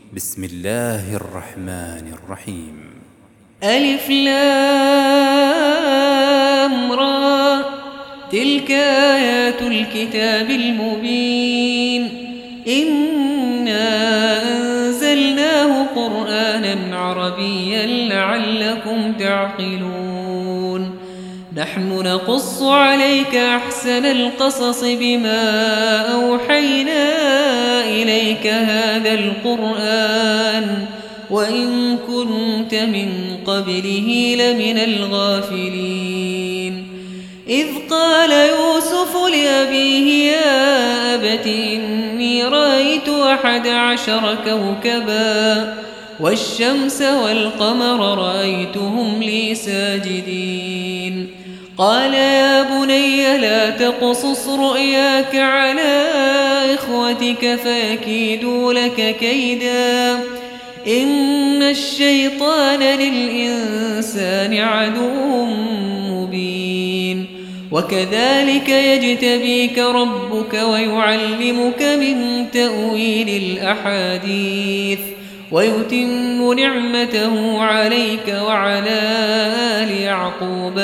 بسم الله الرحمن الرحيم. ألف لام را، تلك آيات الكتاب المبين. إنا أنزلناه قرآنا عربيا لعلكم تعقلون. نحن نقص عليك أحسن القصص بما أوحينا إليك هذا القرآن وإن كنت من قبله لمن الغافلين. إذ قال يوسف لأبيه يا أبت إني رأيت 11 كوكبا والشمس والقمر رأيتهم لي ساجدين. قال يا بني لا تقصص رؤياك على إخوتك فيكيدوا لك كيدا إن الشيطان للإنسان عدو مبين. وكذلك يجتبيك ربك ويعلمك من تأويل الأحاديث ويتم نعمته عليك وعلى آل يعقوب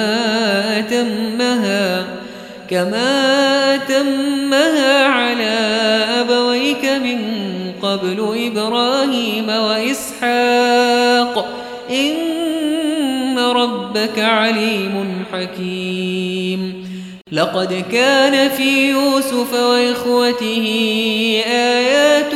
كما أتمها على أبويك من قبل إبراهيم وإسحاق إن ربك عليم حكيم. لقد كان في يوسف وإخوته آيات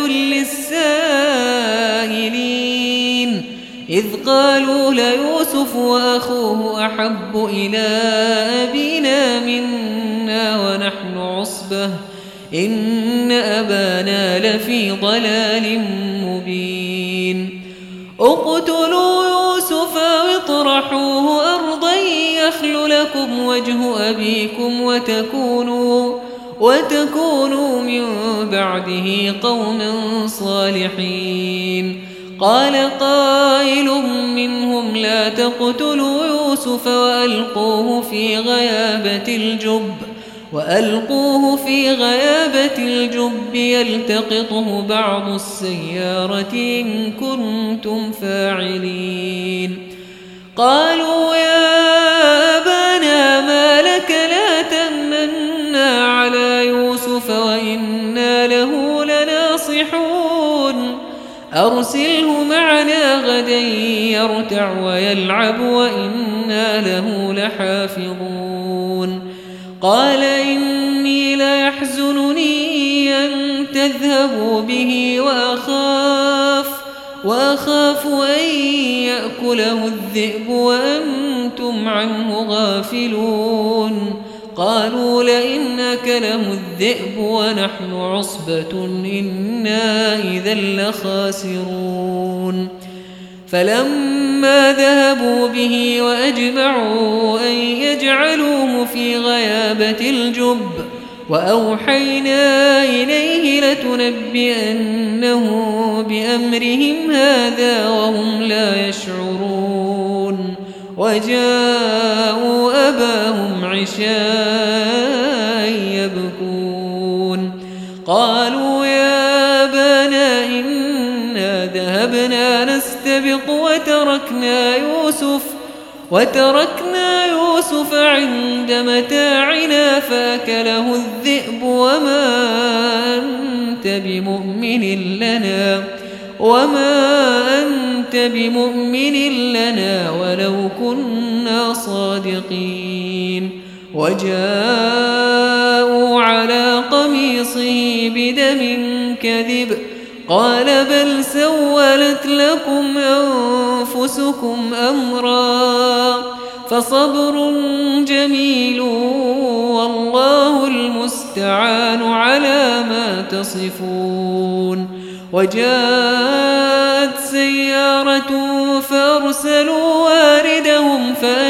للسائلين إذ قالوا ليوسف وأخوه أحب إلى أبينا منا ونحن عصبة إن أبانا لفي ضلال مبين. اقتلوا يوسف واطرحوه أرضا يخل لكم وجه أبيكم وتكونوا من بعده قوما صالحين. قال قائل منهم لا تقتلوا يوسف وألقوه في غيابة الجب يلتقطه بعض السيارة إن كنتم فاعلين. قالوا يا أبانا ما لك لا تمنا على يوسف وإنا له لناصحون أرسله معنا غدا يرتع ويلعب وإنا له لحافظون. قال إني ليحزنني أن تذهبوا به وأخاف أن يأكله الذئب وأنتم عنه غافلون. قالوا لئن أكله الذئب ونحن عصبة إنا إذا لخاسرون. فلما ذهبوا به وأجمعوا أن يجعلوه في غيابة الجب وأوحينا إليه لتنبئنه بأمرهم هذا وهم لا يشعرون. وجاءوا أباهم عشاء يبكون. قالوا يا أبانا إنا ذهبنا نستبق وتركنا يوسف عند متاعنا فأكله الذئب وما أنت بمؤمن لنا ولو كنا صادقين. وجاءوا على قميصه بدم كذب قال بل سولت لكم أنفسكم أمرا فصبر جميل والله المستعان على ما تصفون. وجاءت سيارة فأرسلوا واردهم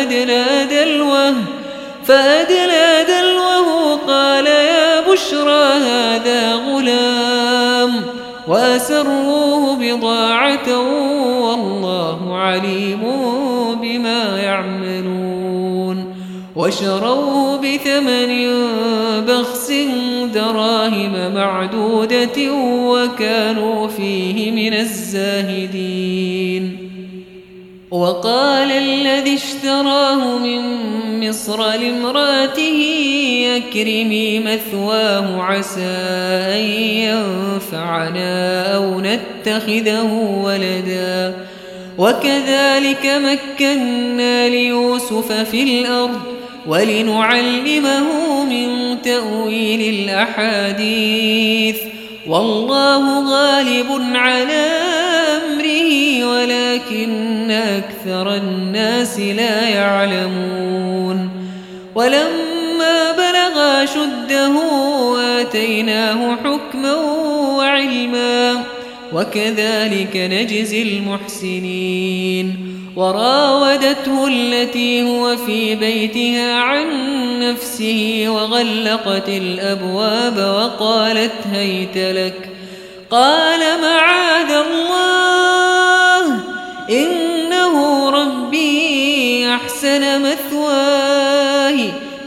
فأدلى دلوه قال يا بشرى هذا غلام وأسروه بضاعة والله عليم بما يعملون. وشروه بثمن بخس دراهم معدودة وكانوا فيه من الزاهدين. وقال الذي اشتراه من مصر لامرأته أكرمي مثواه عسى أن ينفعنا أو نتخذه ولدا وكذلك مكنا ليوسف في الأرض ولنعلمه من تأويل الأحاديث والله غالب على أمره ولكن أكثر الناس لا يعلمون. ولما بلغ أشده آتيناه حكما وعلما وكذلك نجزي المحسنين. وراودته التي هو في بيتها عن نفسه وغلقت الأبواب وقالت هيت لك قال معاذ الله إنه ربي أحسن مثواي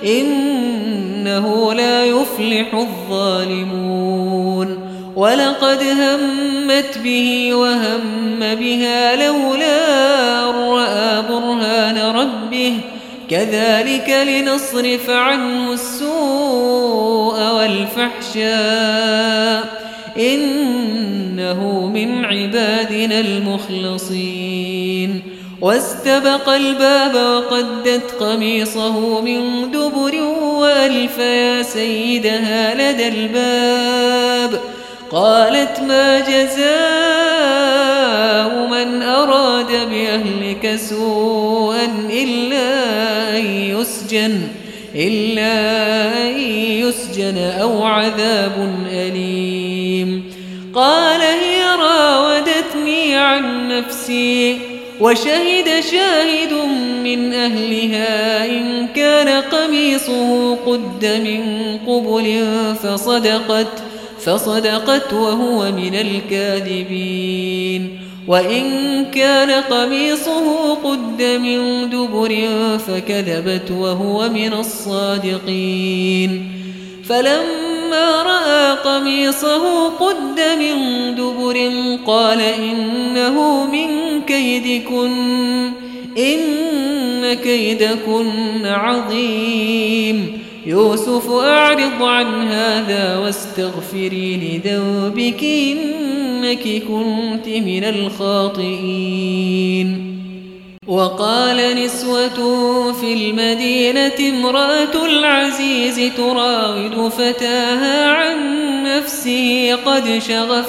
إنه لا يفلح الظالمون. ولقد همت به وهم بها لولا أن رأى برهان ربه كذلك لنصرف عنه السوء والفحشاء إنه من عبادنا المخلصين. واستبق الباب وقدت قميصه من دبر وألف يا سيدها لدى الباب قالت ما جزاء من أراد بأهلك سوءا إلا أن يسجن أو عذاب أليم. قال هي راودتني عن نفسي وشهد شاهد من أهلها إن كان قميصه قد من قبل فصدقت وهو من الكاذبين وإن كان قميصه قد من دبر فكذبت وهو من الصادقين. فلما رأى قميصه قد من دبر قال إنه من كيدكن إن كيدكن عظيم. يوسف أعرض عن هذا واستغفري لذنبك إنك كنت من الخاطئين. وقال نسوة في المدينة امرأة العزيز تراود فتاها عن نفسه قد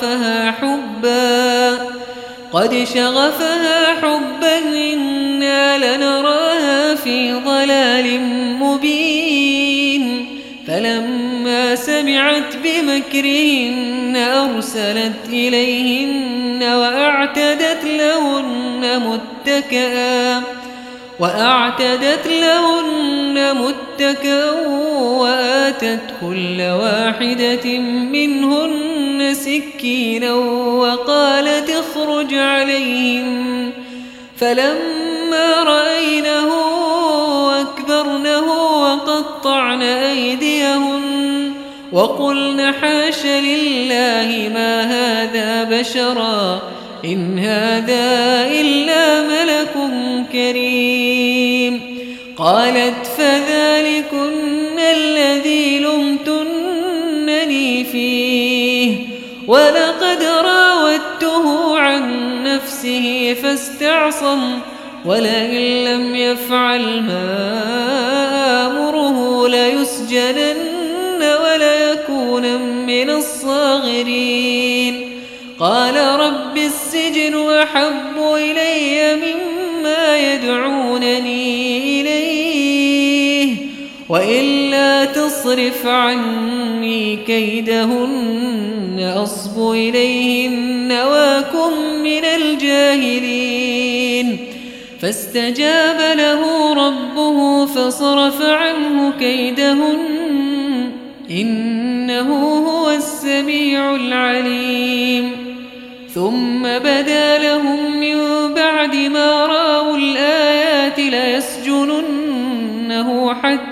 شغفها حبا إنا لنراها في ضلال مبين. فلما سمعت بمكرهن أرسلت إليهن وأعتدت لهن متكأ وآتت كل واحدة منهن سكينا وقالت اخرج عليهن. فلما رأينه أكبرنه وقطعن أيديهن وقلن حاش لله ما هذا بشرا إن هذا إلا ملك كريم. قالت فذلكن الذي لمتنني فيه ولقد راودته عن نفسه فاستعصم ولئن لم يفعل ما آمره ليسجنن وليكون من الصاغرين. قال رب السجن أحب إلي مما يدعونني إليه وإلا تصرف عني كيدهن أصب إليهن وأكن من الجاهلين. فاستجاب له ربه فصرف عنه كيدهن إنه هو السميع العليم. ثم بدا لهم من بعد ما رأوا الآيات ليسجننه حتى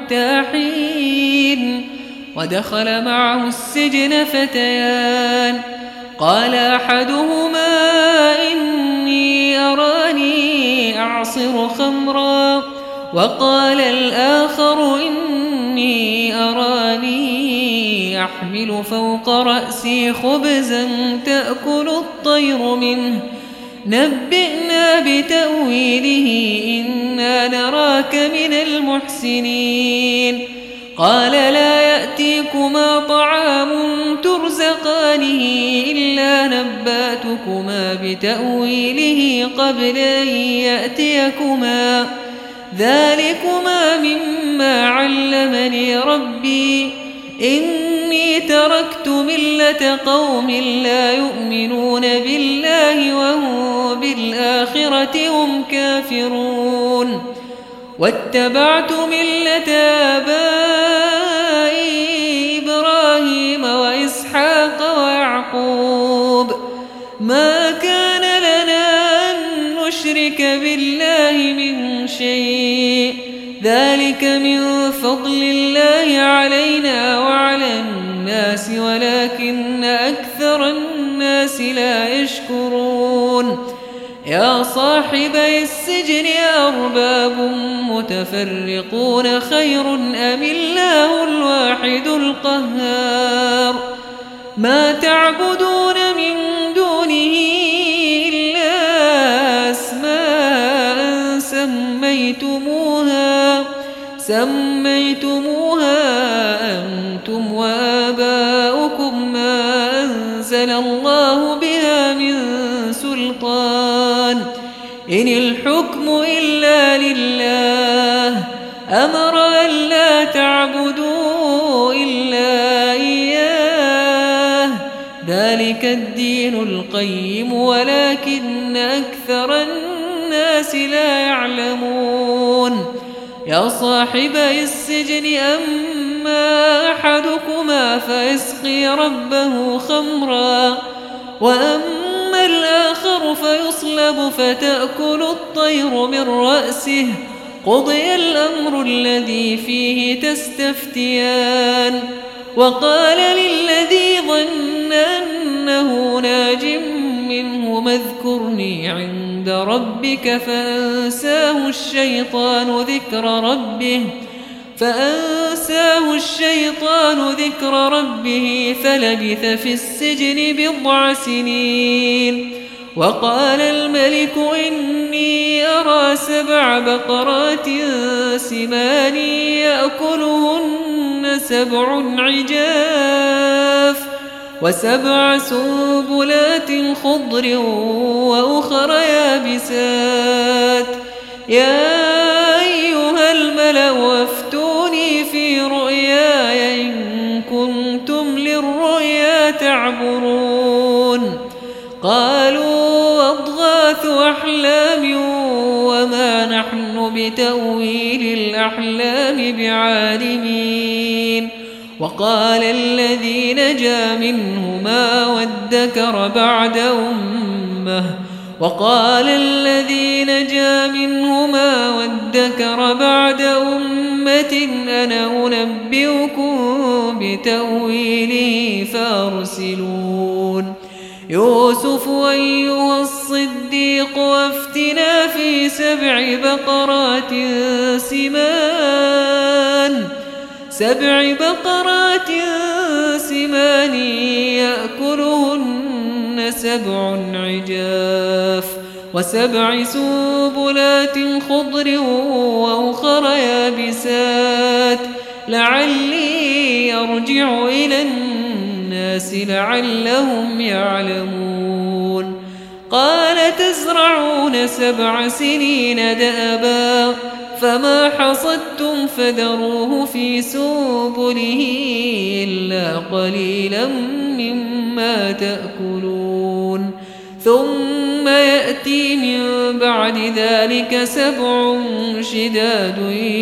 حتى حين. ودخل معه السجن فتيان، قال أحدهما إني أراني أعصر خمرا، وقال الآخر إني أراني أحمل فوق رأسي خبزا تأكل الطير منه، نبئنا بتأويله إنا نراك من المحسنين. قال لا يأتيكما طعام ترزقانه إلا نبأتكما بتأويله قبل أن يأتيكما، ذلكما مما علمني ربي، إني تركت ملة قوم لا يؤمنون بالله وهم بالآخرة هم كافرون، واتبعت ملة آبائي إبراهيم وإسحاق ويعقوب، ما كان لنا أن نشرك بالله من شيء، ذلك من فضل الله علينا وعلى الناس ولكن أكثر الناس لا يشكرون. يا صاحبي السجن أرباب متفرقون خير أم الله الواحد القهار، ما تعبدون من دونه إلا أسماء سميتموها أنتم وآباؤكم ما أنزل الله بها من سلطان، إن الحكم إلا لله، أمر أن لا تعبدوا إلا إياه، ذلك الدين القيم ولكن أكثر الناس لا يعلمون. يا صاحبي السجن أما أحدكما فيسقي ربه خمرا، وأما الآخر فيصلب فتأكل الطير من رأسه، قضي الأمر الذي فيه تستفتيان. وقال للذي ظن أنه ناج منه اذكرني عند ربك فأنساه الشيطان ذكر ربه فلبث في السجن 9 سنين. وقال الملك إني أرى 7 بقرات سمان يأكلهن 7 عجاف و7 سنبلات خضر وأخر يابسات، يا أيها الملأ أفتوني في رؤياي إن كنتم للرؤيا تعبرون. قالوا أضغاث أحلام وما نحن بتأويل الأحلام بعالمين. وقال الذي نجا منهما وادكر بعد أمة أنا أنبئكم بتأويله فأرسلون. يوسف أيها الصديق أفتنا في 7 بقرات سمان يأكلهن 7 عجاف و7 سنبلات خضر وأخر يابسات لعلي أرجع إلى الناس لعلهم يعلمون. قال تزرعون 7 سنين دأبا فما حصدتم فذروه في سنبله إلا قليلا مما تأكلون. ثم يأتي من بعد ذلك 7 شداد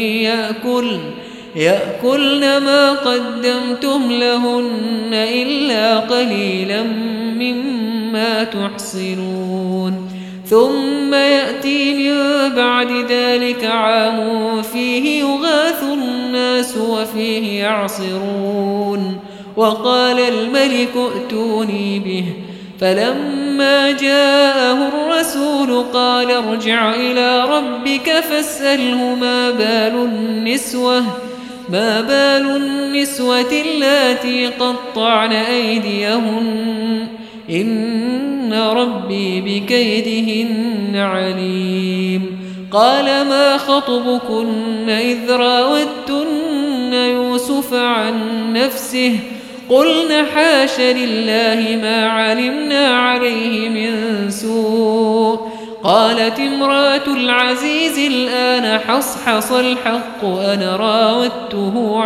يأكلن ما قدمتم لهن إلا قليلا مما تحصنون. ثم يأتي من بعد ذلك عام فيه يغاث الناس وفيه يعصرون. وقال الملك ائتوني به، فلما جاءه الرسول قال ارجع إلى ربك فاسأله ما بال النسوة اللاتي قطعن أيديهن إن ربي بكيدهن عليم. قال ما خطبكن إذ راوتن يوسف عن نفسه قلن حاش لله ما علمنا عليه من سوء. قالت امرأة العزيز الآن حصحص الحق أنا راودته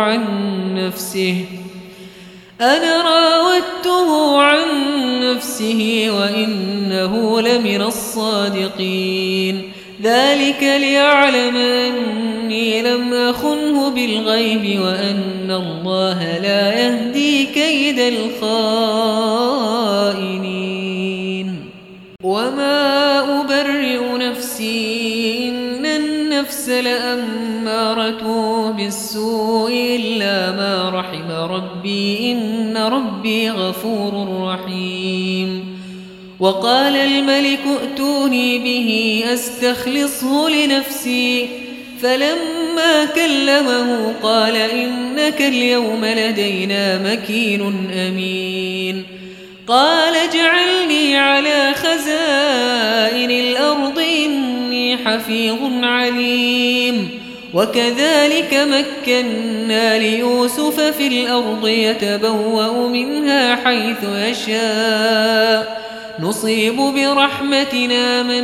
عن نفسه وإنه لمن الصادقين. ذلك ليعلم أني لم أخنه بالغيب وأن الله لا يهدي كيد الخائنين. وما أبرئ نفسي إن النفس لأمارة بالسوء إلا ما رحم ربي إن ربي غفور رحيم. وقال الملك ائتوني به أستخلصه لنفسي، فلما كلمه قال إنك اليوم لدينا مكين أمين. قال اجعلني على خزائن الأرض إني حفيظ عليم. وكذلك مكنا ليوسف في الأرض يتبوأ منها حيث يشاء نصيب برحمتنا من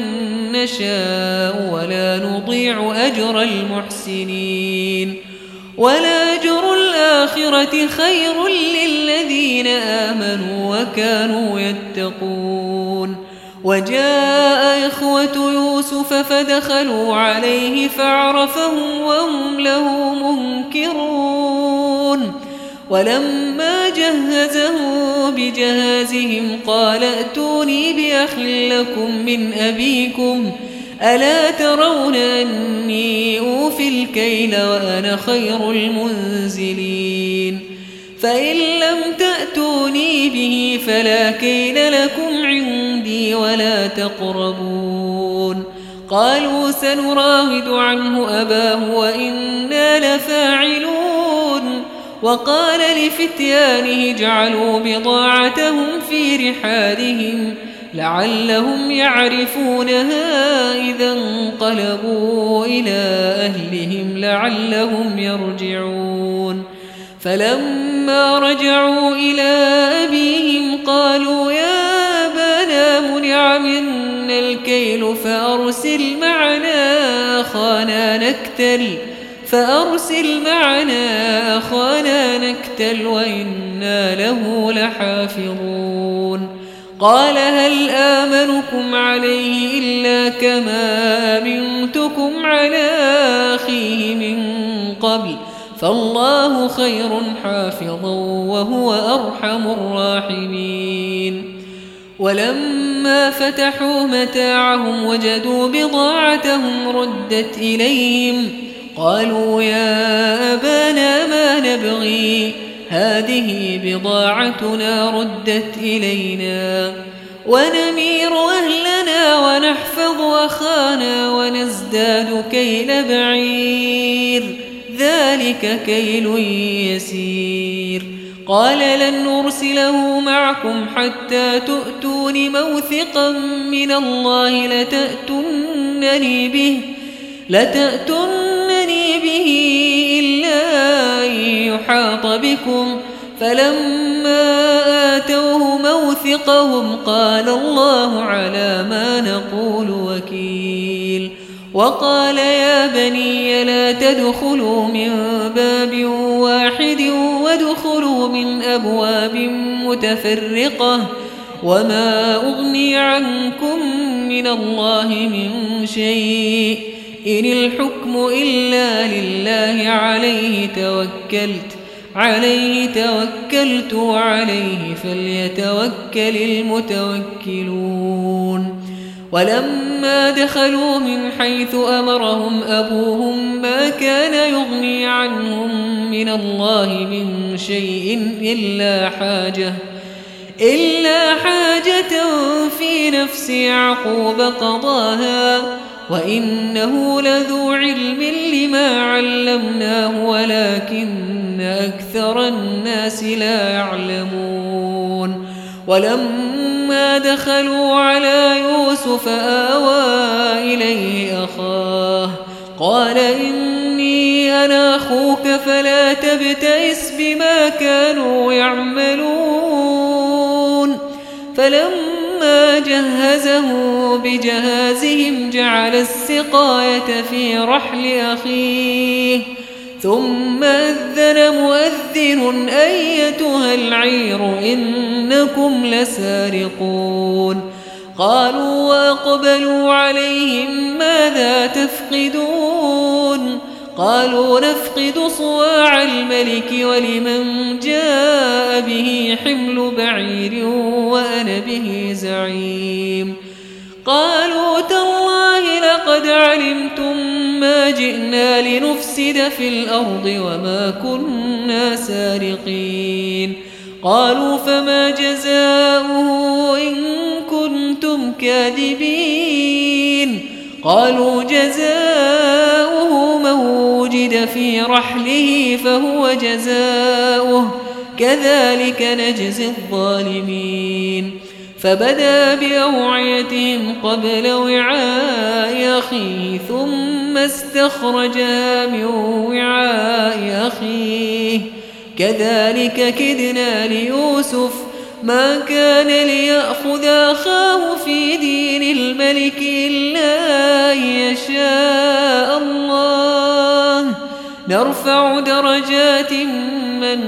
نشاء ولا نضيع أجر المحسنين. ولأجر الآخرة خير للذين آمنوا وكانوا يتقون. وجاء إخوة يوسف فدخلوا عليه فعرفهم وهم له منكرون. ولما جهزه بجهازهم قال ائتوني بأخ لكم من أبيكم ألا ترون أني أوفي الكيل وأنا خير المنزلين. فإن لم تأتوني به فلا كيل لكم عندي ولا تقربون. قالوا سنراود عنه أباه وإنا لفاعلون. وقال لفتيانه اجعلوا بضاعتهم في رحالهم لعلهم يعرفونها إذا انقلبوا إلى أهلهم لعلهم يرجعون. فلما رجعوا إلى أبيهم قالوا يا أبانا منع منا الكيل فأرسل معنا أخانا نكتل وإنا له لحافظون. قال هل آمنكم عليه إلا كما أمنتكم على أخيه من قبل فالله خير حافظا وهو أرحم الراحمين. ولما فتحوا متاعهم وجدوا بضاعتهم ردت إليهم قالوا يا أبانا ما نبغي هذه بضاعتنا ردت إلينا ونمير أهلنا ونحفظ أخانا ونزداد كيل بعير ذلك كيل يسير. قال لن نرسله معكم حتى تؤتون موثقا من الله لتأتونني به إلا أن يحاط بكم. فلما آتوه موثقهم قال الله على ما نقول وكيل. وقال يا بني لا تدخلوا من باب واحد وادخلوا من أبواب متفرقة وما أغني عنكم من الله من شيء إن الحكم إلا لله عليه توكلت وعليه فليتوكل المتوكلون. ولما دخلوا من حيث أمرهم أبوهم ما كان يغني عنهم من الله من شيء إلا حاجة في نفس يعقوب قضاها وإنه لذو علم لما علمناه ولكن أكثر الناس لا يعلمون ولما دخلوا على يوسف آوى إليه أخاه قال إني أنا أخوك فلا تبتئس بما كانوا يعملون فلما جهزه بجهازهم جعل السقاية في رحل أخيه ثم أذن مؤذن أيتها العير إنكم لسارقون قالوا وأقبلوا عليهم ماذا تفقدون قالوا نفقد صواع الملك ولمن جاء به حمل بعير وأنا به زعيم قالوا تالله لقد علمتم ما جئنا لنفسد في الأرض وما كنا سارقين قالوا فما جزاؤه إن كنتم كاذبين قالوا جزاؤه من وجد في رحله فهو جزاؤه كذلك نجزي الظالمين فبدأ بأوعيتهم قبل وعاء أخيه ثم استخرجها من وعاء أخيه كذلك كدنا ليوسف ما كان ليأخذ أخاه في دين الملك إلا أن يشاء الله نرفع درجات من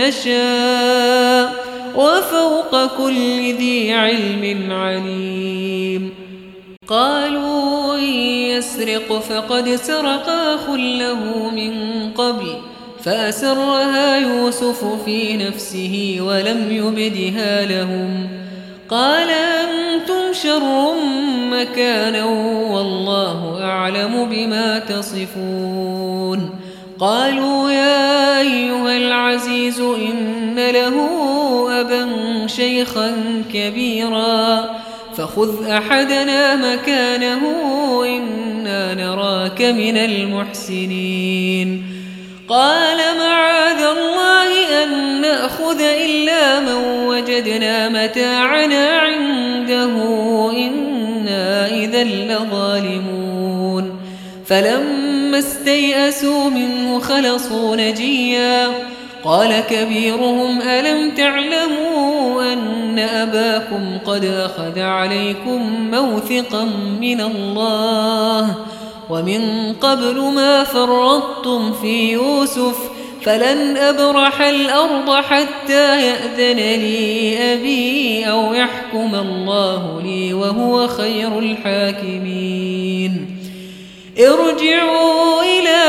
نشاء وفوق كل ذي علم عليم قالوا إن يسرق فقد سرق أخ له من قبل فأسرها يوسف في نفسه ولم يبدها لهم قال أنتم شر مكانا والله أعلم بما تصفون قالوا يا أيها العزيز إن له أبا شيخا كبيرا فخذ أحدنا مكانه إنا نراك من المحسنين قال معاذ الله أن نأخذ إلا من وجدنا متاعنا عنده إنا إذا لظالمون فلما استيئسوا منه خلصوا نجيا قال كبيرهم ألم تعلموا أن أباكم قد أخذ عليكم موثقا من الله ومن قبل ما فرطتم في يوسف فلن أبرح الأرض حتى يأذن لي أبي أو يحكم الله لي وهو خير الحاكمين ارجعوا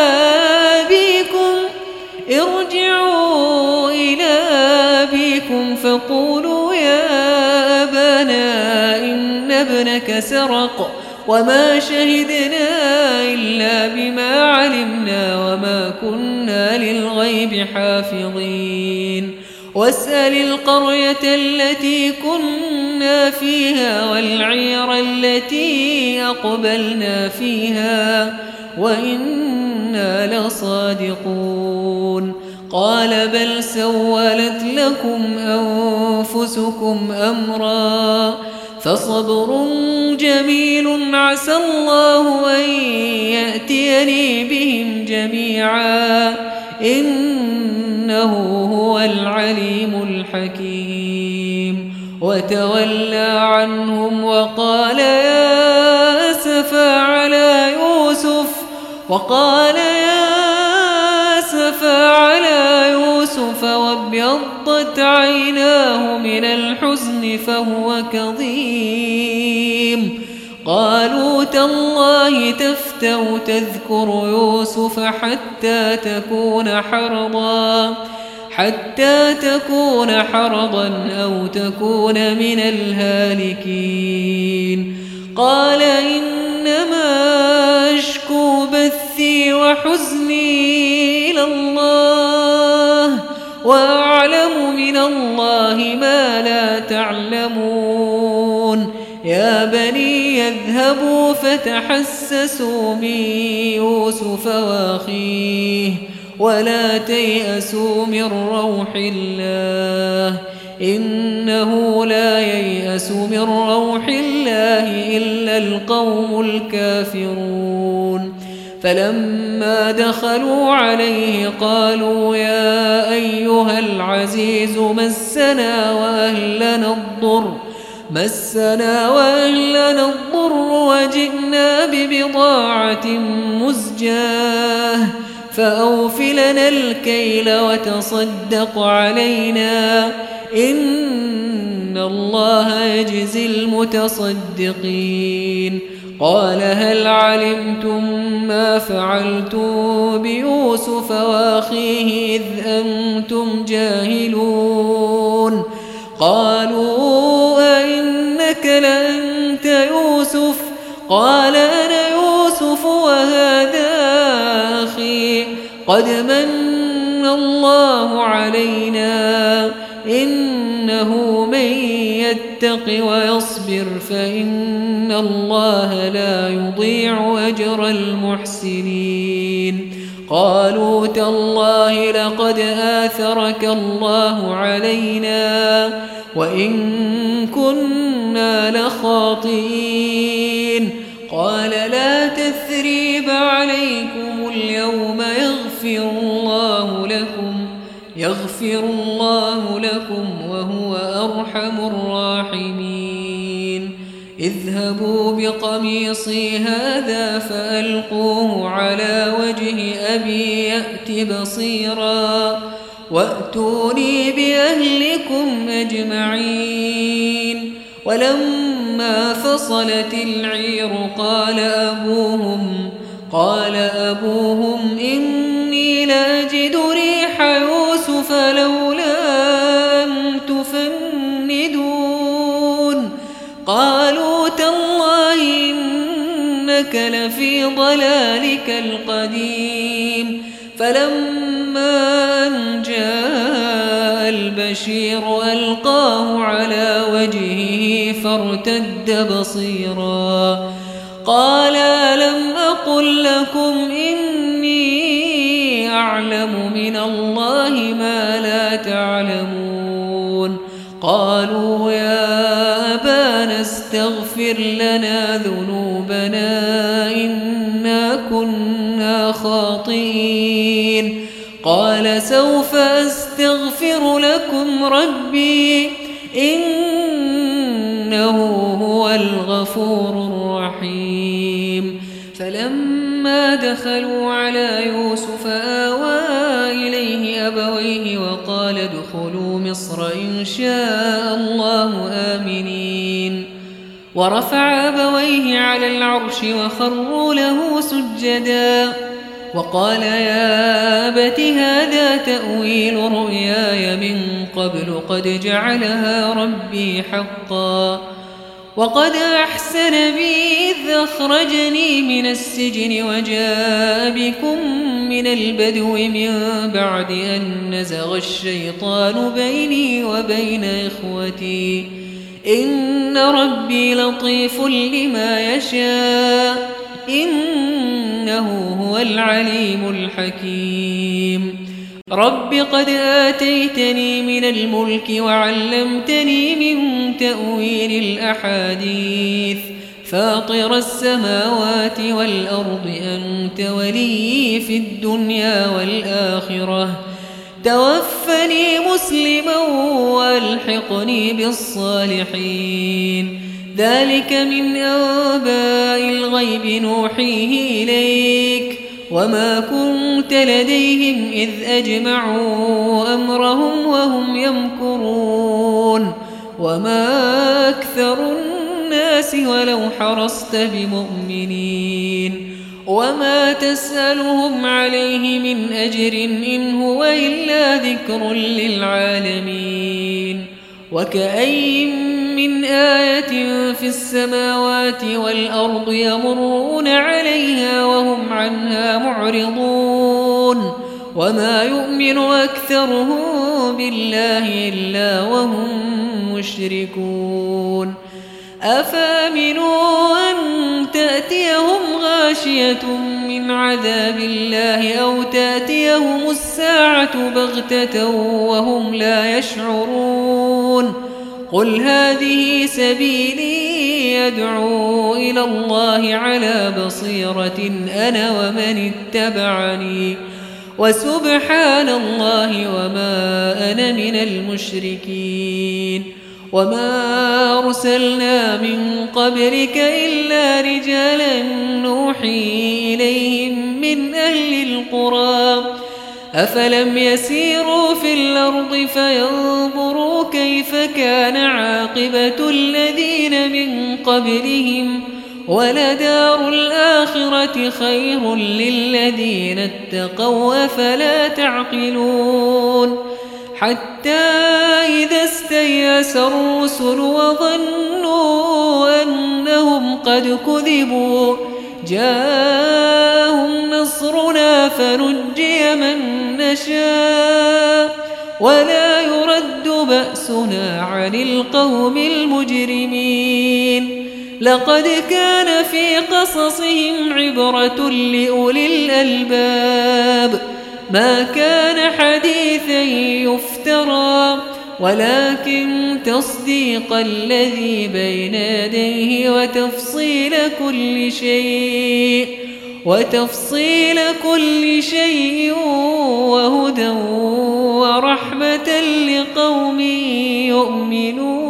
إلى أبيكم فقولوا يا أبانا إن ابنك سرق وما شهدنا إلا بما علمنا وما كنا للغيب حافظين واسأل القرية التي كنا فيها والعير التي أقبلنا فيها وإنا لصادقون قال بل سولت لكم أنفسكم أمرا فصبر جميل عسى الله أن يأتيني بهم جميعا إنه هو العليم الحكيم وتولى عنهم وقال يا أسفا على يوسف وابيضت عيناه من الحزن فهو كظيم قالوا تالله تفتأ تذكر يوسف حتى تكون حرضا أو تكون من الهالكين قال إنما أشكو بثي وحزني إلى الله وأعلم من الله ما لا تعلمون يا بني اذهبوا فتحسسوا من يوسف وأخيه ولا تيأسوا من روح الله إنه لا ييأس من روح الله إلا القوم الكافرون فلما دخلوا عليه قالوا يا أيها العزيز مسنا وأهلنا الضر وجئنا ببضاعة مزجاة فأوف لنا الكيل وتصدق علينا إن الله يجزي المتصدقين قال هل علمتم ما فعلتم بيوسف وأخيه إذ أنتم جاهلون قالوا أئنك لأنت يوسف قال أنا يوسف وهذا أخي قد من الله علينا إنه من يتق ويصبر فإن الله لا يضيع أجر المحسنين قالوا تالله لقد آثرك الله علينا وإن كنا لخاطئين قال لا تثريب عليكم اليوم يغفر الله لكم وهو أرحم الراحمين اذهبوا بقميصي هذا فألقوه على وجه أبي يأت بصيرا وأتوني بأهلكم أجمعين ولما فصلت العير قال أبوهم إني لأجد ريح يوسف لولا أن تفندون قالوا تالله إنك لفي ضلالك القديم فلما أن جاء البشير ألقاه على وجهه فارتد بصيرا قال ألم أقل لكم إني أعلم من الله ما لا تعلمون قالوا يا أبانا استغفر لنا ذنوبنا إنا كنا خاطئين قال سوف أستغفر لكم ربي إنه هو الغفور الرحيم فلما دخلوا على يوسف آوى إليه أبويه وقال ادخلوا مصر إن شاء الله آمنين ورفع أبويه على العرش وخروا له سجدا وقال يا أبت هذا تأويل رؤياي من قبل قد جعلها ربي حقا وقد أحسن بي إذ أخرجني من السجن وجاء بكم من البدو من بعد أن نزغ الشيطان بيني وبين إخوتي إن ربي لطيف لما يشاء إنه هو العليم الحكيم رب قد آتيتني من الملك وعلمتني من تأويل الأحاديث فاطر السماوات والأرض أنت ولي في الدنيا والآخرة توفني مسلما والحقني بالصالحين ذلك من أنباء الغيب نوحيه إليك وما كنت لديهم إذ أجمعوا أمرهم وهم يمكرون وما أكثر الناس ولو حرصت بمؤمنين وما تسألهم عليه من أجر إن هو إلا ذكر للعالمين وكأي من آية في السماوات والأرض يمرون عليها وهم عنها معرضون وما يؤمن أكثرهم بالله إلا وهم مشركون أفامنوا أن تأتيهم غاشية من عذاب الله أو تأتيهم الساعة بغتة وهم لا يشعرون قل هذه سبيلي يدعو إلى الله على بصيرة أنا ومن اتبعني وسبحان الله وما أنا من المشركين وما أرسلنا من قبلك إلا رجالا نوحي إليهم من أهل القرى أفلم يسيروا في الأرض فينظروا كيف كان عاقبة الذين من قبلهم ولدار الآخرة خير للذين اتقوا أفلا تعقلون حتى إذا استيأس الرسل وظنوا أنهم قد كذبوا جاءهم نصرنا فنجي من نشاء ولا يرد بأسنا عن القوم المجرمين لقد كان في قصصهم عبرة لأولي الألباب ما كان حديثا يفترى ولكن تصديق الذي بين يديه وتفصيل كل شيء وهدى ورحمة لقوم يؤمنون